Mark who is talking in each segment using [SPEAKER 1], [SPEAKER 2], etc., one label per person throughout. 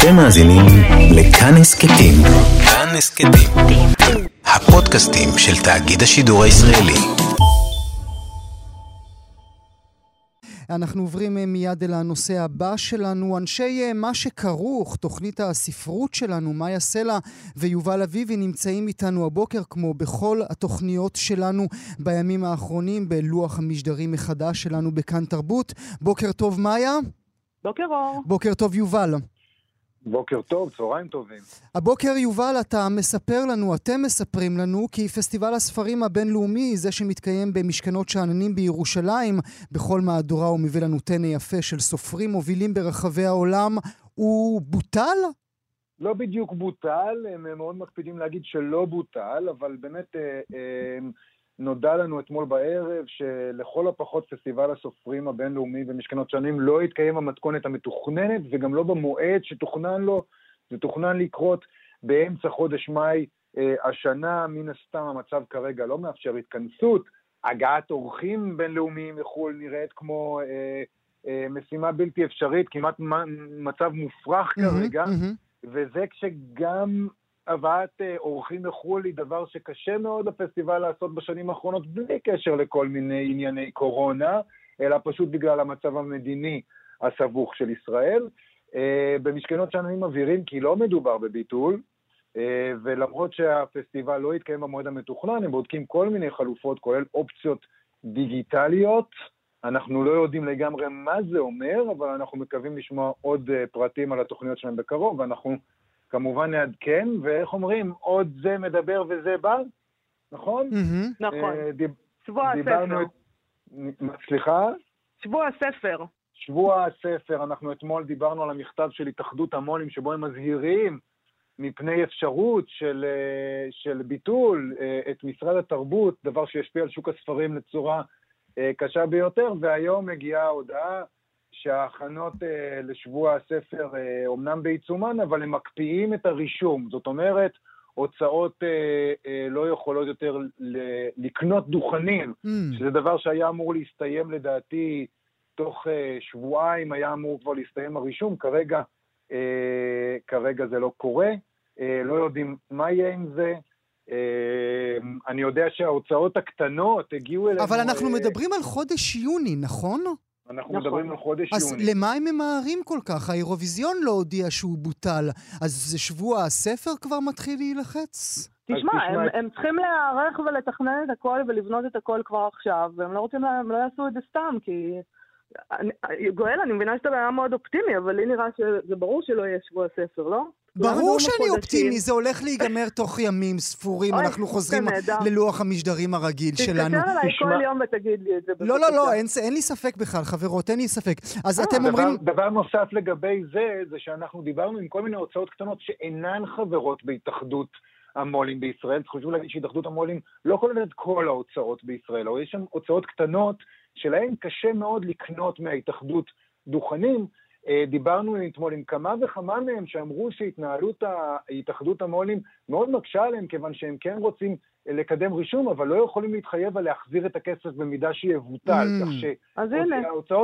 [SPEAKER 1] אתם מאזינים לכאן הסכתים. כאן הסכתים, הפודקאסטים של תאגיד השידור הישראלי.
[SPEAKER 2] אנחנו עוברים מיד אל הנושא הבא שלנו. אנשי מה שכרוך, תוכנית הספרות שלנו, מאיה סלע ויובל אביבי נמצאים איתנו הבוקר, כמו בכל התוכניות שלנו בימים האחרונים, בלוח המשדרים מחדש שלנו בכאן תרבות. בוקר טוב מאיה.
[SPEAKER 3] בוקר אור.
[SPEAKER 2] בוקר טוב יובל.
[SPEAKER 4] בוקר טוב, צהריים טובים.
[SPEAKER 2] הבוקר יובל, אתה מספר לנו, אתם מספרים לנו, כי פסטיבל הספרים הבינלאומי, זה שמתקיים במשכנות שאננים בירושלים, בכל מהדורה הוא מביא לנו טנא יפה של סופרים מובילים ברחבי העולם, הוא בוטל?
[SPEAKER 4] לא בדיוק בוטל, הם מאוד מקפידים להגיד שלא בוטל, אבל באמת נודע לנו אתמול בערב שלכל הפחות פסטיבל הסופרים הבינלאומי במשכנות שאננים לא יתקיים במתכונת המתוכננת, וגם לא במועד שתוכנן לו. זה תוכנן לקרות באמצע חודש מאי השנה. מן הסתם המצב כרגע לא מאפשר התכנסות. הגעת אורחים בינלאומיים מחו"ל נראית כמו משימה בלתי אפשרית, כמעט מצב מופרך כרגע, וזה כשגם הבאת אורחים מחו"ל היא דבר שקשה מאוד לפסטיבל לעשות בשנים האחרונות, בלי קשר לכל מיני ענייני קורונה, אלא פשוט בגלל המצב המדיני הסבוך של ישראל. במשכנות שאננים מבהירים כי לא מדובר בביטול, ולמרות שהפסטיבל לא יתקיים במועד המתוכנן, הם בודקים כל מיני חלופות, כולל אופציות דיגיטליות. אנחנו לא יודעים לגמרי מה זה אומר, אבל אנחנו מקווים לשמוע עוד פרטים על התוכניות שלהם בקרוב, ואנחנו כמובן נעדכן, ואיך אומרים, עוד זה מדבר וזה בא, נכון?
[SPEAKER 3] נכון. שבוע הספר.
[SPEAKER 4] סליחה?
[SPEAKER 3] שבוע הספר.
[SPEAKER 4] שבוע הספר, אנחנו אתמול דיברנו על המכתב של התאחדות המולים, שבו הם מזהירים מפני אפשרות של ביטול את משרד התרבות, דבר שישפיע על שוק הספרים לצורה קשה ביותר, והיום מגיעה ההודעה שההכנות לשבוע הספר אומנם בעיצומן, אבל הם מקפיאים את הרישום. זאת אומרת, הוצאות לא יכולות יותר לקנות דוכנים, שזה דבר שהיה אמור להסתיים לדעתי תוך שבועיים, היה אמור כבר להסתיים הרישום. כרגע זה לא קורה, לא יודעים מה יהיה עם זה. אני יודע שההוצאות הקטנות הגיעו אלינו.
[SPEAKER 2] אבל אנחנו מדברים על חודש יוני, נכון?
[SPEAKER 4] אנחנו מדברים על חודש
[SPEAKER 2] אז
[SPEAKER 4] יוני.
[SPEAKER 2] למה הם ממהרים כל כך? האירוויזיון לא הודיע שהוא בוטל, אז שבוע הספר כבר מתחיל להילחץ?
[SPEAKER 3] תשמע, הם צריכים להיערך ולתכנן את הכל ולבנות את הכל כבר עכשיו, והם לא רוצים, הם לא יעשו את זה סתם, כי גואל, אני מבינה שאתה היה מאוד אופטימי, אבל לי נראה שזה ברור שלא יהיה שבוע הספר, לא?
[SPEAKER 2] ברור שאני אופטימי, זה הולך להיגמר תוך ימים ספורים, אנחנו חוזרים ללוח המשדרים הרגיל שלנו.
[SPEAKER 3] תתקשר אליי כל יום ותגיד לי את זה.
[SPEAKER 2] לא, אין לי ספק בכלל, חברות, אין לי ספק. אז אתם אומרים...
[SPEAKER 4] דבר נוסף לגבי זה שאנחנו דיברנו עם כל מיני הוצאות קטנות שאינן חברות בהתאחדות המולים בישראל. חשוב להגיד שהתאחדות המולים לא כוללת כל ההוצאות בישראל, אבל יש שם הוצאות קטנות שלהן קשה מאוד לקנות מההתאחדות דוכנים. דיברנו אתמול עם כמה וכמה מהם שאמרו שהתנהלות ההתאחדות המולים מאוד מקשה עליהם, כיוון שהם כן רוצים לקדם רישום, אבל לא יכולים להתחייב על להחזיר את הכסף במידה שיבוטל.
[SPEAKER 3] אז הנה,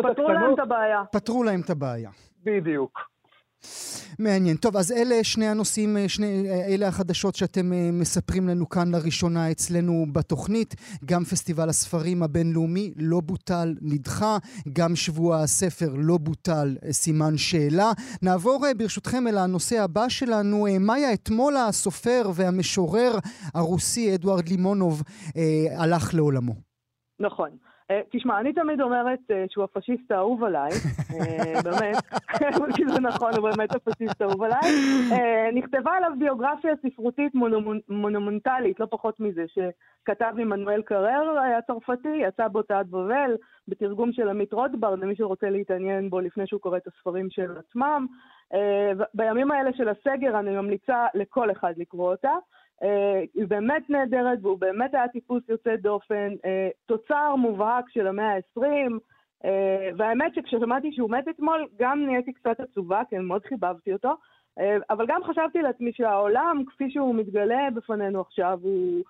[SPEAKER 2] פתרו להם את הבעיה.
[SPEAKER 4] בדיוק.
[SPEAKER 2] מעניין. טוב, אז אלה שני הנושאים, אלה החדשות שאתם מספרים לנו כאן לראשונה אצלנו בתוכנית. גם פסטיבל הספרים הבינלאומי לא בוטל, נדחה. גם שבוע הספר לא בוטל, סימן שאלה. נעבור ברשותכם אל הנושא הבא שלנו. מאיה, אתמול הסופר והמשורר הרוסי אדוארד לימונוב הלך לעולמו. נכון.
[SPEAKER 3] תשמע, אני תמיד אומרת שהוא הפשיסט האהוב עליי, באמת, כי זה נכון, הוא באמת הפשיסט האהוב עליי. נכתבה עליו ביוגרפיה ספרותית מונומנטלית, לא פחות מזה, שכתב עמנואל קרר, היה צרפתי, יצא בהוצאת בבל, בתרגום של עמית רוטברט, למי שרוצה להתעניין בו לפני שהוא קורא את הספרים של עצמם. בימים האלה של הסגר אני ממליצה לכל אחד לקרוא אותה. היא באמת נהדרת, והוא באמת היה טיפוס יוצא דופן, תוצר מובהק של המאה ה-20, והאמת שכששמעתי שהוא מת אתמול, גם נהייתי קצת עצובה, כי אני מאוד חיבבתי אותו, אבל גם חשבתי לעצמי שהעולם, כפי שהוא מתגלה בפנינו עכשיו, הוא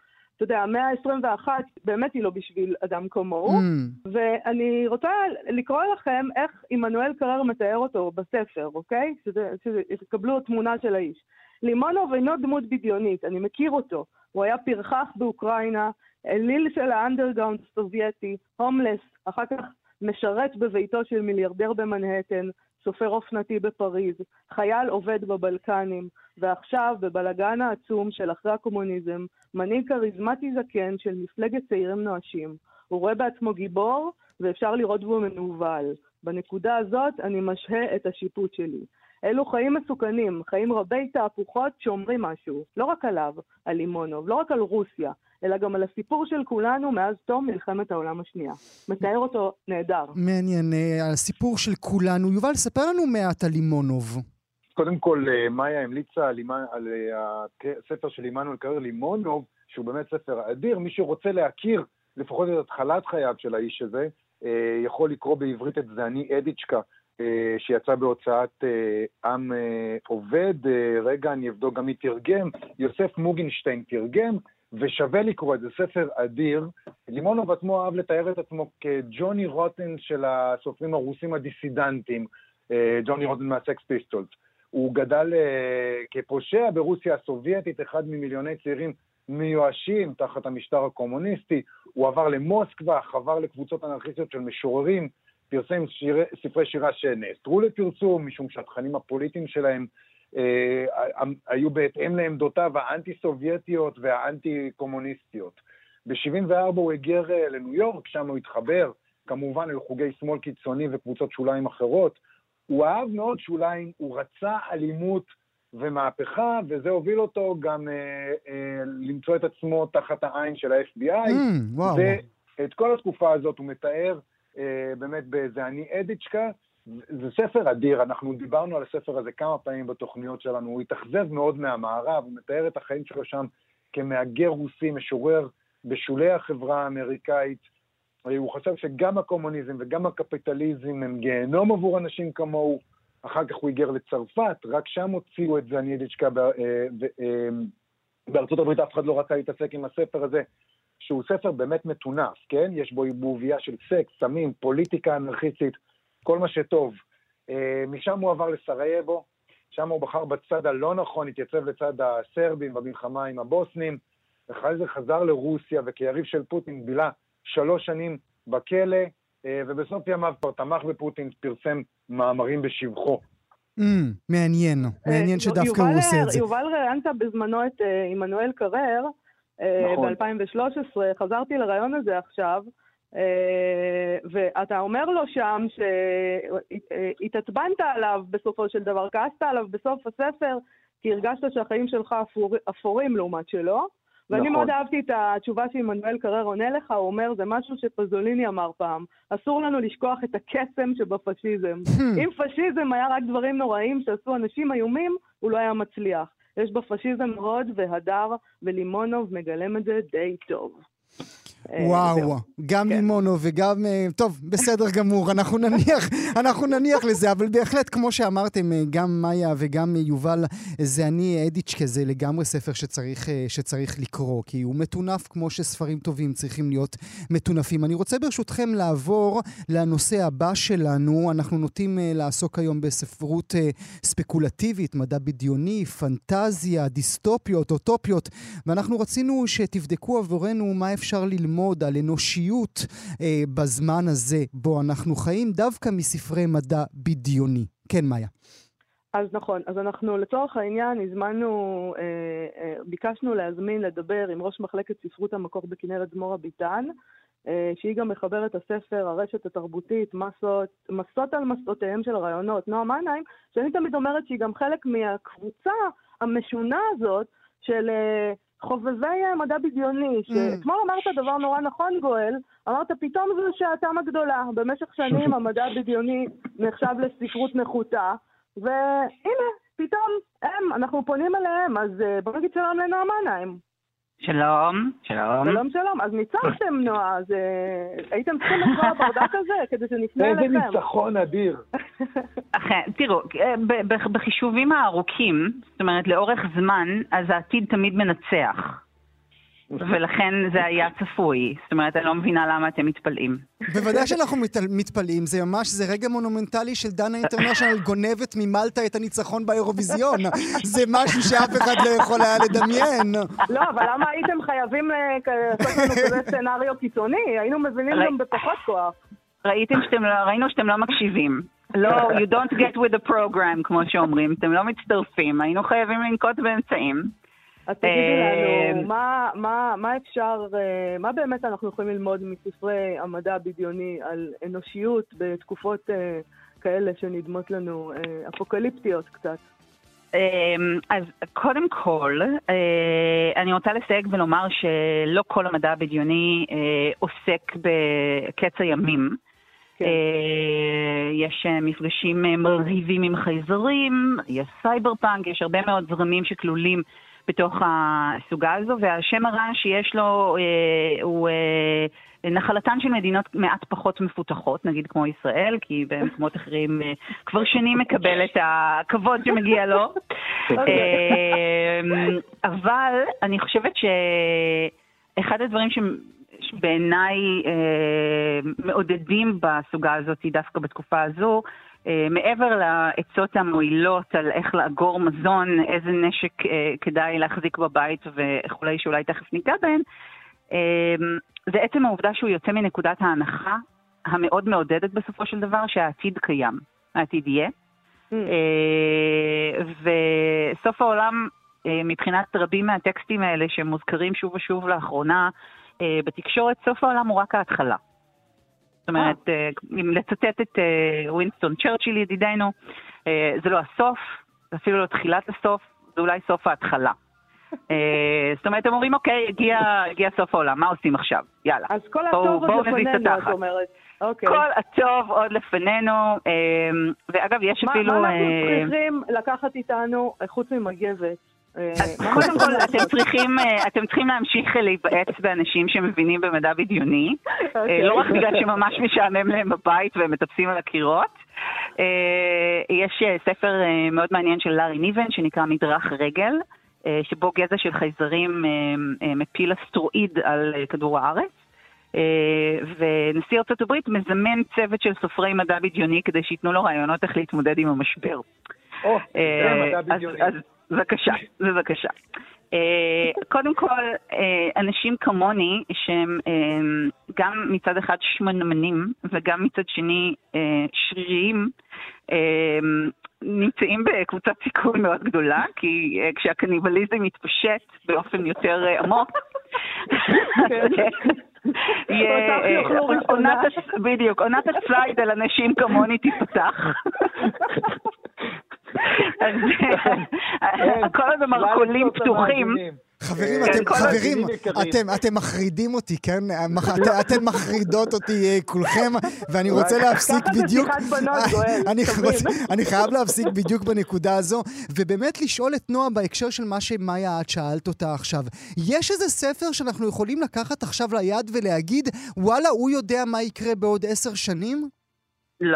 [SPEAKER 3] אתה יודע, המאה ה-21 באמת היא לא בשביל אדם כמוהו, ואני רוצה לקרוא לכם איך עמנואל קרר מתאר אותו בספר, אוקיי? שתקבלו תמונה של האיש. לימונוב אינו דמות בדיונית, אני מכיר אותו. הוא היה פרחח באוקראינה, אליל של האנדרגאונד סובייטי, הומלס, אחר כך משרת בביתו של מיליארדר במנהטן, סופר אופנתי בפריז, חייל עובד בבלקנים, ועכשיו בבלגן העצום של אחרי הקומוניזם, מנהיג כריזמטי זקן של מפלגת צעירים נואשים. הוא רואה בעצמו גיבור, ואפשר לראות בו מנוול. בנקודה הזאת אני משהה את השיפוט שלי. אלו חיים מסוכנים, חיים רבי תהפוכות שאומרים משהו, לא רק עליו, על לימונוב, לא רק על רוסיה, אלא גם על הסיפור של כולנו מאז תום מלחמת העולם השנייה. מתאר אותו נהדר.
[SPEAKER 2] מעניין, הסיפור של כולנו. יובל, ספר לנו מעט על לימונוב.
[SPEAKER 4] קודם כל, מאיה המליצה על הספר של עמנואל קרר לימונוב, שהוא באמת ספר אדיר. מי שרוצה להכיר לפחות את התחלת חייו של האיש הזה, יכול לקרוא בעברית את זה אני אדיצ'קה, שיצא בהוצאת עם עובד. רגע, אני אבדוק גם מי תרגם. יוסף מוגנשטיין תרגם, ושווה לקרוא את זה, ספר אדיר. לימונוב עצמו אהב לתאר את עצמו כג'וני רוטן של הסופרים הרוסים הדיסידנטים, ג'וני רוטן מהסקס פיסטולס. הוא גדל כפושע ברוסיה הסובייטית, אחד ממיליוני צעירים מיואשים תחת המשטר הקומוניסטי. הוא עבר למוסקבה, חבר לקבוצות אנרכיסטיות של משוררים, פרסם ספרי שירה שנאסרו לפרסום, משום שהתכנים הפוליטיים שלהם היו בהתאם לעמדותיו האנטי-סובייטיות והאנטי-קומוניסטיות. ב-74 הוא הגר לניו יורק, שם הוא התחבר, כמובן לחוגי שמאל קיצוני וקבוצות שוליים אחרות. הוא אהב מאוד שוליים, הוא רצה אלימות ומהפכה, וזה הוביל אותו גם למצוא את עצמו תחת העין של ה-FBI, ואת כל התקופה הזאת הוא מתאר באמת בזה אני אדיצ'קה. זה ספר אדיר, אנחנו דיברנו על הספר הזה כמה פעמים בתוכניות שלנו, הוא התאכזב מאוד מהמערב, הוא מתאר את החיים שלו שם כמהגר רוסי, משורר בשולי החברה האמריקאית. הוא חשב שגם הקומוניזם וגם הקפיטליזם הם גיהנום עבור אנשים כמוהו. אחר כך הוא היגר לצרפת, רק שם הוציאו את זה אני אדיצ'קה. בארצות הברית אף אחד לא רצה להתעסק עם הספר הזה, שהוא ספר באמת מתונף, כן? יש בו עיבוביה של סקס, סמים, פוליטיקה אנרכיסטית, כל מה שטוב. משם הוא עבר לסרייבו, שם הוא בחר בצד הלא נכון, התייצב לצד הסרבים במלחמה עם הבוסנים, אחרי זה חזר לרוסיה, וכיריב של פוטין בילה 3 שנים בכלא, ובסוף ימיו כבר תמך בפוטין, פרסם מאמרים בשבחו.
[SPEAKER 2] מעניין שדווקא הוא עושה את זה.
[SPEAKER 3] יובל ראיינת בזמנו את עמנואל קרר, ב-2013, חזרתי לרעיון הזה עכשיו, ואתה אומר לו שם שהתעצבנת עליו בסופו של דבר, כעסת עליו בסוף הספר, כי הרגשת שהחיים שלך אפורים לעומת שלו, ואני מאוד אהבתי את התשובה שעמנואל קרר עונה לך, הוא אומר, זה משהו שפזוליני אמר פעם, אסור לנו לשכוח את הקסם שבפשיזם. אם פשיזם היה רק דברים נוראים שעשו אנשים איומים, הוא לא היה מצליח. יש בפשיזם רוד והדר, ולימונוב מגלם את זה די טוב.
[SPEAKER 2] וואו, גם לימונוב וגם, טוב, בסדר גמור, אנחנו נניח לזה, אבל בהחלט, כמו שאמרתם, גם מאיה וגם יובל, זה אני אדיצ'קה, זה לגמרי ספר שצריך לקרוא, כי הוא מתונף כמו שספרים טובים צריכים להיות מתונפים. אני רוצה ברשותכם לעבור לנושא הבא שלנו. אנחנו נוטים לעסוק היום בספרות ספקולטיבית, מדע בדיוני, פנטזיה, דיסטופיות, אוטופיות, ואנחנו רצינו שתבדקו עבורנו מה אפשר ללמוד על אנושיות בזמן הזה בו אנחנו חיים, דווקא מספרי מדע בדיוני. כן, מאיה.
[SPEAKER 3] אז נכון, אז אנחנו לצורך העניין הזמנו, ביקשנו להזמין לדבר עם ראש מחלקת ספרות המקור בכנרת זמורה ביטן, שהיא גם מחברת הספר הרשת התרבותית, מסות על מסותיהם של רעיונות, נועה מנהיים, שאני תמיד אומרת שהיא גם חלק מהקבוצה המשונה הזאת של חובבי מדע בדיוני, שאתמול אמרת דבר נורא נכון גואל, אמרת פתאום זו שעתם הגדולה, במשך שנים המדע הבדיוני נחשב לספרות נחותה, והנה, פתאום אנחנו פונים אליהם, אז בוא נגיד שלום לנועה מנהיים.
[SPEAKER 5] שלום.
[SPEAKER 3] שלום. אז ניצחתם, נועה, אז הייתם צריכים לקרוא ברדק הזה, כדי שנפנה אליכם.
[SPEAKER 4] איזה ניצחון אדיר.
[SPEAKER 5] תראו, בחישובים הארוכים, זאת אומרת, לאורך זמן, אז העתיד תמיד מנצח. ולכן זה היה צפוי. זאת אומרת, אני לא מבינה למה אתם מתפלאים.
[SPEAKER 2] בוודאי שאנחנו מתפלאים, זה ממש, זה רגע מונומנטלי של דנה אינטרנשיונל גונבת ממלטה את הניצחון באירוויזיון. זה משהו שאף אחד לא יכול היה לדמיין.
[SPEAKER 3] לא, אבל למה הייתם חייבים לעשות לנו כזה סצנריו קיצוני? היינו מבינים גם בפחות כוח.
[SPEAKER 5] ראינו שאתם לא מקשיבים. לא, you don't get with the program, כמו שאומרים. אתם לא מצטרפים. היינו חייבים לנקוט באמצעים.
[SPEAKER 3] אז תגידי לנו, מה אפשר, מה באמת אנחנו יכולים ללמוד מספרי המדע הבדיוני על אנושיות בתקופות כאלה שנדמות לנו אפוקליפטיות קצת?
[SPEAKER 5] אז קודם כל, אני רוצה לסייג ולומר שלא כל המדע הבדיוני עוסק בקץ הימים. יש מפגשים מרהיבים עם חייזרים, יש סייבר פאנק, יש הרבה מאוד זרמים שכלולים בתוך הסוגה הזו, והשם הרע שיש לו הוא נחלתן של מדינות מעט פחות מפותחות, נגיד כמו ישראל, כי במקומות אחרים כבר שנים מקבל את הכבוד שמגיע לו. אבל אני חושבת שאחד הדברים שבעיניי מעודדים בסוגה הזאת דווקא בתקופה הזו, מעבר לעצות המועילות על איך לאגור מזון, איזה נשק כדאי להחזיק בבית וכולי שאולי תכף ניגע בהן, זה עצם העובדה שהוא יוצא מנקודת ההנחה המאוד מעודדת בסופו של דבר שהעתיד קיים, העתיד יהיה. וסוף העולם, מבחינת רבים מהטקסטים האלה שמוזכרים שוב ושוב לאחרונה בתקשורת, סוף העולם הוא רק ההתחלה. זאת אומרת, אם לצטט את ווינסטון צ'רצ'יל ידידנו, זה לא הסוף, זה אפילו לא תחילת הסוף, זה אולי סוף ההתחלה. זאת אומרת, הם אומרים, אוקיי, הגיע סוף העולם, מה עושים עכשיו? יאללה.
[SPEAKER 3] אז כל הטוב עוד לפנינו, את אומרת.
[SPEAKER 5] כל הטוב עוד לפנינו, ואגב, יש אפילו...
[SPEAKER 3] מה אנחנו צריכים לקחת איתנו, חוץ ממגבת?
[SPEAKER 5] קודם כל, אתם צריכים להמשיך להיבעץ באנשים שמבינים במדע בדיוני, לא רק בגלל שממש משעמם להם בבית והם מטפסים על הקירות. יש ספר מאוד מעניין של לארי ניבן שנקרא מדרך רגל, שבו גזע של חייזרים מפיל אסטרואיד על כדור הארץ, ונשיא ארצות הברית מזמן צוות של סופרי מדע בדיוני כדי שיתנו לו רעיונות איך להתמודד עם המשבר.
[SPEAKER 4] זה מדע בדיוני.
[SPEAKER 5] בבקשה. קודם כל, אנשים כמוני שהם גם מצד אחד שמנמנים וגם מצד שני שריריים, נמצאים בקבוצת סיכון מאוד גדולה, כי כשהקניבליזם מתפשט באופן יותר עמוק, בדיוק, עונת הצייד על אנשים כמוני תפתח. אז כל עוד המרכולים פתוחים.
[SPEAKER 2] חברים, אתם מחרידים אותי, כן? אתן מחרידות אותי כולכם, ואני רוצה להפסיק בדיוק, אני חייב להפסיק בדיוק בנקודה הזו, ובאמת לשאול את נועה בהקשר של מה שמאיה את שאלת אותה עכשיו. יש איזה ספר שאנחנו יכולים לקחת עכשיו ליד ולהגיד, וואלה, הוא יודע מה יקרה בעוד 10 שנים?
[SPEAKER 5] לא.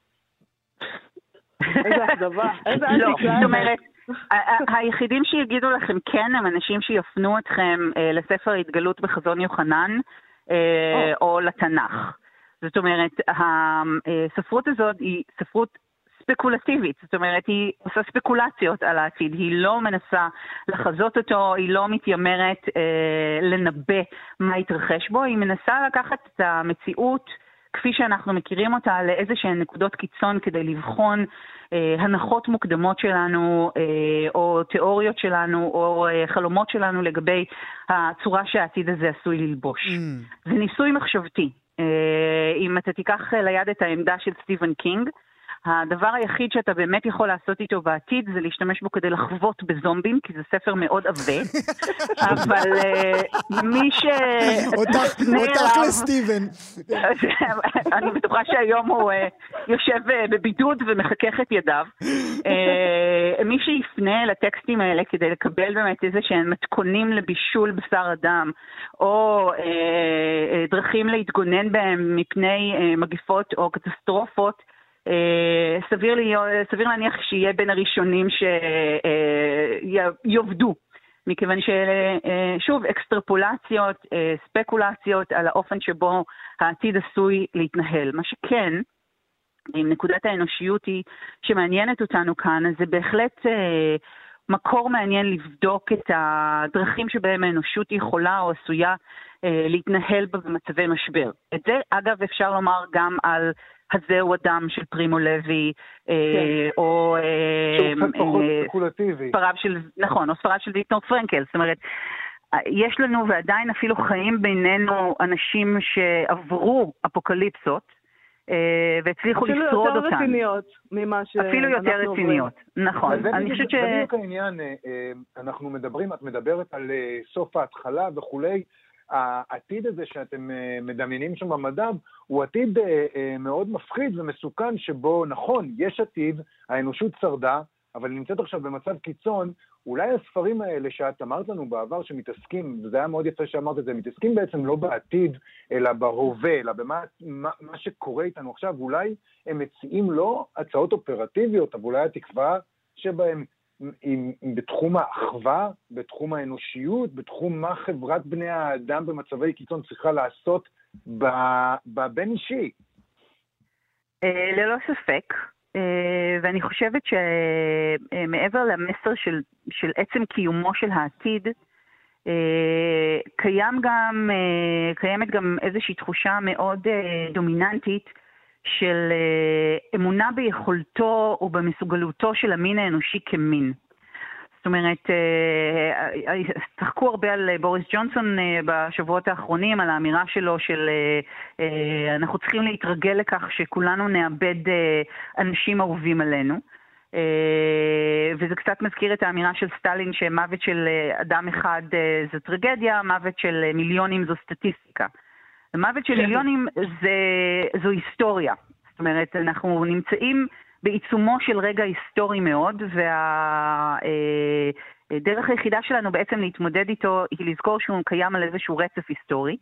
[SPEAKER 3] איזה אכזבה.
[SPEAKER 5] לא, זאת אומרת, היחידים שיגידו לכם כן הם אנשים שיפנו אתכם לספר ההתגלות בחזון יוחנן או לתנ"ך. זאת אומרת, הספרות הזאת היא ספרות ספקולטיבית, זאת אומרת, היא עושה ספקולציות על העתיד, היא לא מנסה לחזות אותו, היא לא מתיימרת לנבא מה יתרחש בו, היא מנסה לקחת את המציאות כפי שאנחנו מכירים אותה לאיזה שהן נקודות קיצון כדי לבחון הנחות מוקדמות שלנו, או תיאוריות שלנו, או חלומות שלנו לגבי הצורה שהעתיד הזה עשוי ללבוש. זה ניסוי מחשבתי. אם אתה תיקח ליד את העמדה של סטיבן קינג, הדבר היחיד שאתה באמת יכול לעשות איתו בעתיד זה להשתמש בו כדי לחוות בזומבים, כי זה ספר מאוד עבה. אבל מי ש...
[SPEAKER 2] אותך לסטיבן.
[SPEAKER 5] אני בטוחה שהיום הוא יושב בבידוד ומחכך את ידיו. מי שיפנה לטקסטים האלה כדי לקבל באמת איזה שהם מתכונים לבישול בשר אדם, או דרכים להתגונן בהם מפני מגיפות או קטסטרופות, סביר להניח שיהיה בין הראשונים שיובדו מכיוון ששוב, אקסטרפולציות, ספקולציות על האופן שבו העתיד עשוי להתנהל. מה שכן, עם נקודת האנושיות היא שמעניינת אותנו כאן, אז זה בהחלט מקור מעניין לבדוק את הדרכים שבהם האנושות יכולה או עשויה להתנהל במצבי משבר. את זה, אגב, אפשר לומר גם על הזהו אדם של פרימו לוי, או ספריו של ויקטור פרנקל. זאת אומרת, יש לנו ועדיין אפילו חיים בינינו אנשים שעברו אפוקליפסות, והצליחו לשרוד אותן.
[SPEAKER 3] אפילו יותר רציניות ממה שאנחנו
[SPEAKER 5] אפילו יותר רציניות, נכון.
[SPEAKER 4] אני חושבת זה בדיוק העניין, אנחנו מדברים, את מדברת על סוף ההתחלה וכולי, העתיד הזה שאתם מדמיינים שם במדע, הוא עתיד מאוד מפחיד ומסוכן, שבו נכון, יש עתיד, האנושות שרדה, אבל היא נמצאת עכשיו במצב קיצון. אולי הספרים האלה שאת אמרת לנו בעבר שמתעסקים, וזה היה מאוד יפה שאמרת את זה, מתעסקים בעצם לא בעתיד, אלא בהווה, אלא במה שקורה איתנו עכשיו. אולי הם מציעים לא הצעות אופרטיביות, אבל אולי התקווה שבהם בתחום האחווה, בתחום האנושיות, בתחום מה חברת בני האדם במצבי קיצון צריכה לעשות בבין אישי.
[SPEAKER 5] ללא ספק. ואני חושבת שמעבר למסר של עצם קיומו של העתיד, קיימת גם איזושהי תחושה מאוד דומיננטית של אמונה ביכולתו ובמסוגלותו של המין האנושי כמין. זאת אומרת, צחקו הרבה על בוריס ג'ונסון בשבועות האחרונים, על האמירה שלו של אנחנו צריכים להתרגל לכך שכולנו נאבד אנשים אהובים עלינו. וזה קצת מזכיר את האמירה של סטלין שמוות של אדם אחד זו טרגדיה, מוות של מיליונים זו סטטיסטיקה. מוות של מיליונים זו היסטוריה. זאת אומרת, אנחנו נמצאים בעיצומו של רגע היסטורי מאוד, והדרך היחידה שלנו בעצם להתמודד איתו היא לזכור שהוא קיים על איזשהו רצף היסטורי,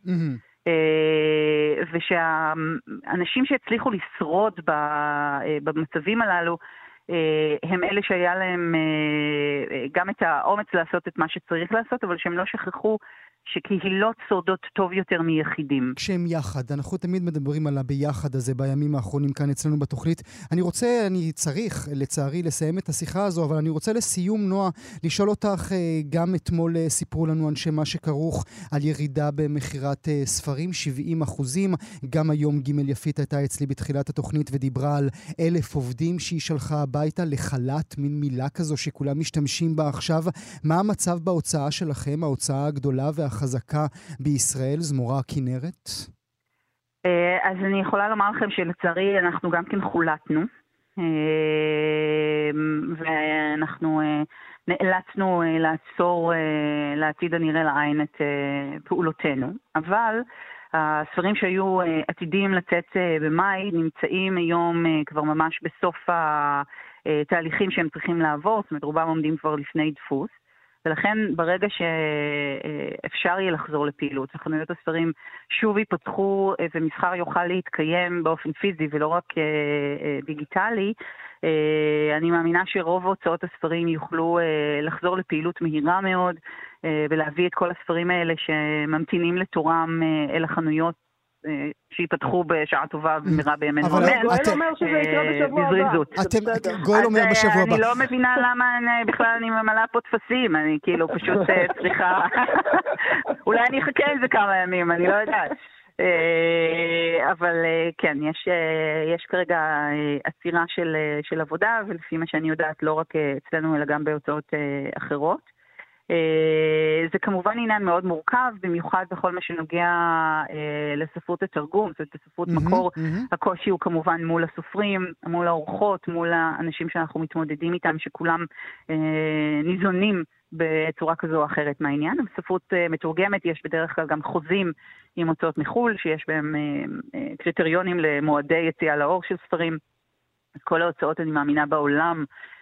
[SPEAKER 5] ושהאנשים שהצליחו לשרוד במצבים הללו, הם אלה שהיה להם גם את האומץ לעשות את מה שצריך לעשות, אבל שהם לא שכחו שקהילות שורדות טוב יותר מיחידים.
[SPEAKER 2] כשהם יחד, אנחנו תמיד מדברים על הביחד הזה בימים האחרונים כאן אצלנו בתוכנית. אני צריך לצערי לסיים את השיחה הזו, אבל אני רוצה לסיום, נועה, לשאול אותך, גם אתמול סיפרו לנו אנשי מה שכרוך על ירידה במחירת ספרים, 70%. גם היום ג' יפית הייתה אצלי בתחילת התוכנית ודיברה על 1,000 עובדים שהיא שלחה הביתה לחל"ת, מין מילה כזו שכולם משתמשים בה עכשיו. מה המצב בהוצאה שלכם, ההוצאה הגדולה והחזקה בישראל, זמורה הכנרת?
[SPEAKER 5] אז אני יכולה לומר לכם שלצערי אנחנו גם כן חולטנו, ואנחנו נאלצנו לעצור לעתיד הנראה לעין את פעולותינו, אבל הספרים שהיו עתידים לצאת במאי נמצאים היום כבר ממש בסוף התהליכים שהם צריכים לעבור, זאת אומרת רובם עומדים כבר לפני דפוס, ולכן ברגע שאפשר יהיה לחזור לפעילות, וחנויות הספרים שוב ייפתחו ומסחר יוכל להתקיים באופן פיזי ולא רק דיגיטלי, אני מאמינה שרוב הוצאות הספרים יוכלו לחזור לפעילות מהירה מאוד, ולהביא את כל הספרים האלה שממתינים לתורם אל החנויות שיפתחו בשעה טובה במהרה בימינו.
[SPEAKER 3] אבל גואל אומר שזה יקרה בשבוע הבא.
[SPEAKER 2] גואל אומר בשבוע הבא.
[SPEAKER 5] אני לא מבינה למה בכלל אני ממלאה פה תפסים, אני כאילו פשוט צריכה, אולי אני אחכה עם זה כמה ימים, אני לא יודעת. אבל כן, יש כרגע עצירה של עבודה, ולפי מה שאני יודעת לא רק אצלנו אלא גם בהוצאות אחרות. זה כמובן עניין מאוד מורכב, במיוחד בכל מה שנוגע לספרות התרגום, זאת ספרות מקור. הקושי הוא כמובן מול הסופרים, מול האורחות, מול האנשים שאנחנו מתמודדים איתם, שכולם ניזונים בצורה כזו או אחרת מהעניין. בספרות מתורגמת יש בדרך כלל גם חוזים עם הוצאות מחול, שיש בהם קריטריונים למועדי יציאה לאור של ספרים. אז כל ההוצאות, אני מאמינה, בעולם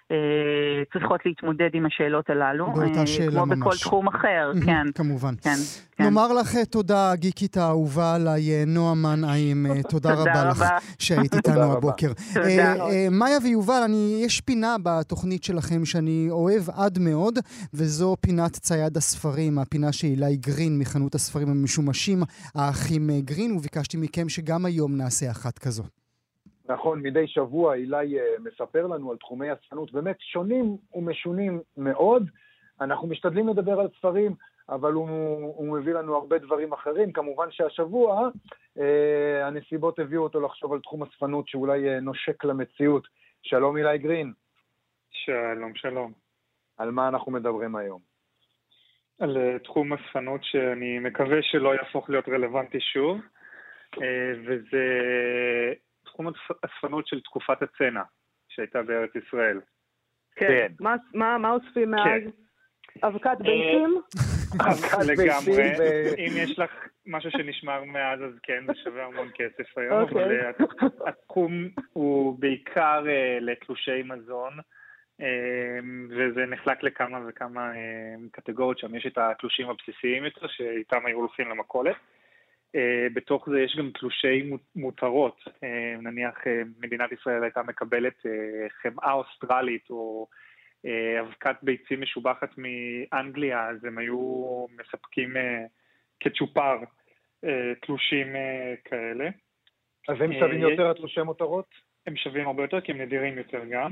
[SPEAKER 5] צריכות להתמודד עם השאלות הללו.
[SPEAKER 2] באותה שאלה
[SPEAKER 5] כמו
[SPEAKER 2] ממש.
[SPEAKER 5] בכל תחום אחר, כן.
[SPEAKER 2] כמובן.
[SPEAKER 5] כן, כן.
[SPEAKER 2] נאמר לך תודה, הגיקית האהובה עליי, נועה מנעים, תודה רבה לך שהיית איתנו הבוקר. מאיה ויובל, יש פינה בתוכנית שלכם שאני אוהב עד מאוד, וזו פינת צייד הספרים, הפינה שאילי גרין מחנות הספרים המשומשים, האחים גרין, וביקשתי מכם שגם היום נעשה אחת כזו.
[SPEAKER 4] נכון, מדי שבוע אילי מספר לנו על תחומי הספנות באמת שונים ומשונים מאוד. אנחנו משתדלים לדבר על ספרים, אבל הוא מביא לנו הרבה דברים אחרים. כמובן שהשבוע הנסיבות הביאו אותו לחשוב על תחום הספנות שאולי נושק למציאות. שלום אילי גרין.
[SPEAKER 6] שלום, שלום.
[SPEAKER 4] על מה אנחנו מדברים היום?
[SPEAKER 6] על תחום הספנות שאני מקווה שלא יהפוך להיות רלוונטי שוב, וזה תחום הספנות של תקופת הצנע שהייתה בארץ ישראל.
[SPEAKER 3] כן. מה אוספים מאז? אבקת ביצים?
[SPEAKER 6] לגמרי. אם יש לך משהו שנשמר מאז, אז כן, זה שווה המון כסף היום, אבל התחום הוא בעיקר לתלושי מזון, וזה נחלק לכמה וכמה קטגוריות. שם יש את התלושים הבסיסיים יותר, שאיתם היו הולכים למכולת. בתוך זה יש גם תלושי מותרות. נניח מדינת ישראל הייתה מקבלת חמאה אוסטרלית או אבקת ביצים משובחת מאנגליה, אז הם היו מספקים כצ'ופר תלושים כאלה.
[SPEAKER 4] אז הם שווים יותר התלושי מותרות?
[SPEAKER 6] הם שווים הרבה יותר כי הם נדירים יותר גם.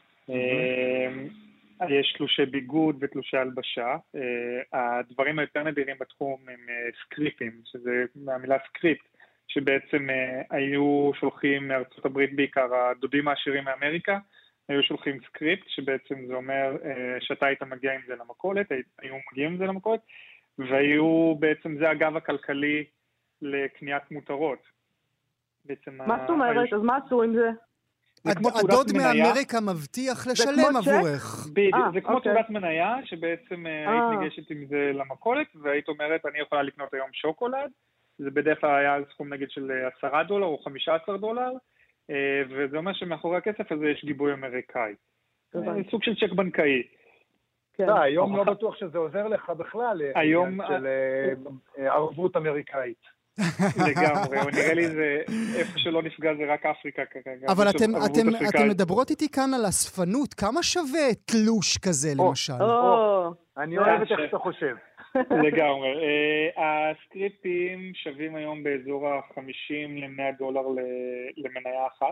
[SPEAKER 6] יש תלושי ביגוד ותלושי הלבשה. הדברים היותר נדירים בתחום הם סקריפים, שזה מהמילה סקריפט, שבעצם היו שולחים מארצות הברית בעיקר, הדודים העשירים מאמריקה, היו שולחים סקריפט, שבעצם זה אומר שאתה היית מגיע עם זה למכולת, היו מגיעים עם זה למכולת, והיו בעצם זה הגב הכלכלי לקניית מותרות.
[SPEAKER 3] מה זאת אומרת? אז מה עשו עם זה?
[SPEAKER 2] הדוד מאמריקה מבטיח לשלם עבורך.
[SPEAKER 6] זה כמו תעודת מניה, שבעצם היית ניגשת עם זה למכולת, והיית אומרת, אני יכולה לקנות היום שוקולד, זה בדרך כלל היה סכום נגיד של $10 או $15, וזה אומר שמאחורי הכסף הזה יש גיבוי אמריקאי. סוג של צ'ק בנקאי.
[SPEAKER 4] היום לא בטוח שזה עוזר לך בכלל, היום של ערבות אמריקאית.
[SPEAKER 6] לגמרי, נראה לי זה איפה שלא נפגע זה רק אפריקה כרגע.
[SPEAKER 2] אבל אתם מדברות איתי כאן על הספנות, כמה שווה תלוש כזה למשל?
[SPEAKER 4] אני אוהבת איך שאתה חושב.
[SPEAKER 6] לגמרי, הסקריפטים שווים היום באזור $50 ל$100 למניה אחת.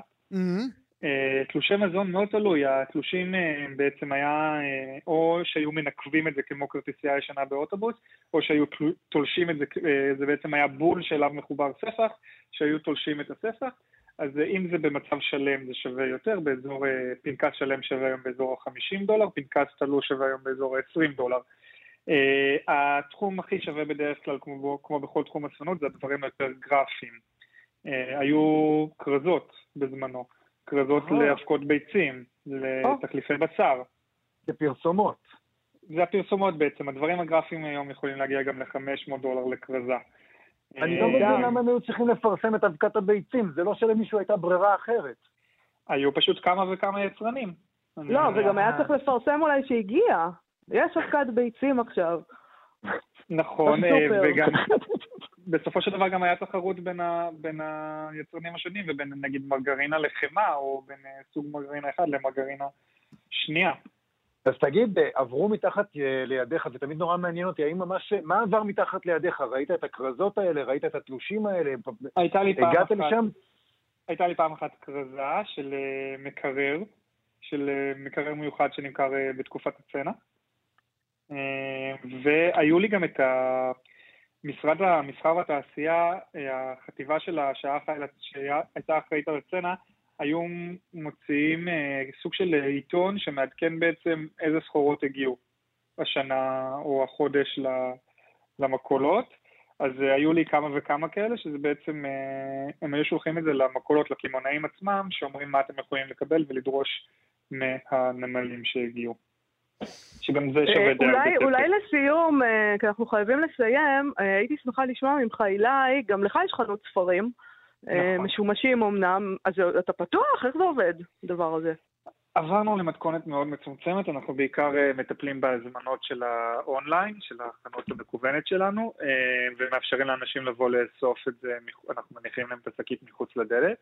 [SPEAKER 6] תלושי מזון מאוד תלוי, התלושים בעצם היה או שהיו מנקבים את זה כמו כרטיסייה ישנה באוטובוס, או שהיו תולשים את זה, זה בעצם היה בול שאליו מחובר ספח, שהיו תולשים את הספח, אז אם זה במצב שלם זה שווה יותר, באזור פנקס שלם שווה היום באזור $50, פנקס תלוש שווה היום באזור $20. התחום הכי שווה בדרך כלל, כמו בכל תחום הספנות, זה הדברים היותר גרפיים. היו קרזות בזמנו. קרזות להפקות ביצים, לתחליפי בשר.
[SPEAKER 4] זה פרסומות.
[SPEAKER 6] זה הפרסומות בעצם. הדברים הגרפיים היום יכולים להגיע גם $500 לקרזה.
[SPEAKER 4] אני לא מבין למה הם היו צריכים לפרסם את אבקת הביצים. זה לא שלמישהו הייתה ברירה אחרת.
[SPEAKER 6] היו פשוט כמה וכמה יצרנים.
[SPEAKER 3] לא, וגם היה צריך לפרסם אולי שהגיע. יש אבקת ביצים עכשיו.
[SPEAKER 6] נכון, וגם בסופו של דבר גם היה תחרות בין היצרנים השונים, ובין נגיד מרגרינה לחמה, או בין סוג מרגרינה אחד למרגרינה שנייה.
[SPEAKER 4] אז תגיד, עברו מתחת לידיך, זה תמיד נורא מעניין אותי, האם ממש, מה עבר מתחת לידיך? ראית את הקרזות האלה? ראית את התלושים האלה? הגעת לשם?
[SPEAKER 6] הייתה לי פעם אחת קרזה של מקרר מיוחד שנמכר בתקופת הצנע. והיו לי גם את משרד המסחר והתעשייה, החטיבה של השעה שהייתה אחראית על הצנע, היו מוציאים סוג של עיתון שמעדכן בעצם איזה סחורות הגיעו השנה או החודש למכולות. אז היו לי כמה וכמה כאלה, שזה בעצם, הם היו שולחים את זה למכולות, לכימונאים עצמם, שאומרים מה אתם יכולים לקבל ולדרוש מהנמלים שהגיעו. שגם זה שווה די הרבה כסף.
[SPEAKER 3] אולי לסיום, כי אנחנו חייבים לסיים, הייתי שמחה לשמוע ממך אילי, גם לך יש חנות ספרים, משומשים אמנם, אז אתה פתוח? איך זה עובד, הדבר הזה?
[SPEAKER 6] עברנו למתכונת מאוד מצומצמת, אנחנו בעיקר מטפלים בהזמנות של האונליין, של החנות המקוונת שלנו, ומאפשרים לאנשים לבוא לאסוף את זה, אנחנו מניחים להם את השקית מחוץ לדלת.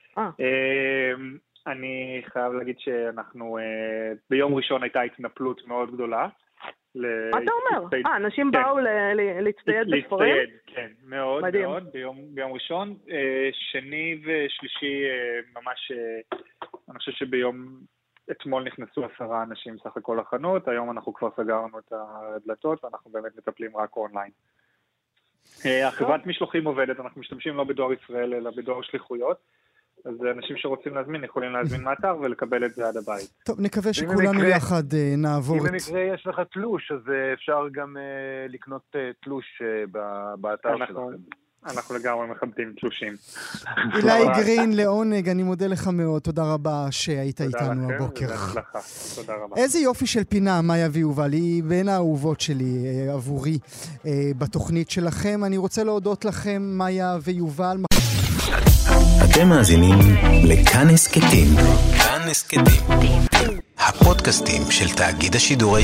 [SPEAKER 6] אני חייב להגיד שאנחנו, ביום ראשון הייתה התנפלות מאוד גדולה.
[SPEAKER 3] מה אתה אומר? אנשים באו להצטייד בספרים?
[SPEAKER 6] להצטייד, כן, מאוד מאוד, ביום ראשון. שני ושלישי ממש, אני חושב שביום, אתמול נכנסו 10 אנשים סך הכל לחנות, היום אנחנו כבר סגרנו את הדלתות, ואנחנו באמת מטפלים רק אונליין. החברת משלוחים עובדת, אנחנו משתמשים לא בדואר ישראל, אלא בדואר שליחויות, אז אנשים שרוצים להזמין יכולים להזמין מאתר ולקבל את זה עד הבית.
[SPEAKER 2] טוב, נקווה שכולנו יחד נעבור
[SPEAKER 4] אם במקרה יש לך תלוש, אז אפשר גם לקנות תלוש באתר שלכם.
[SPEAKER 6] אנחנו לגמרי מכבדים תלושים.
[SPEAKER 2] אילי גרין, לעונג, אני מודה לך מאוד, תודה רבה שהיית איתנו הבוקר.
[SPEAKER 6] תודה רבה.
[SPEAKER 2] איזה יופי של פינה, מאיה ויובל, היא בין האהובות שלי עבורי בתוכנית שלכם. אני רוצה להודות לכם, מאיה ויובל.
[SPEAKER 1] אתם מאזינים לכאן הסכתים. כאן הסכתים. הפודקאסטים של תאגיד השידור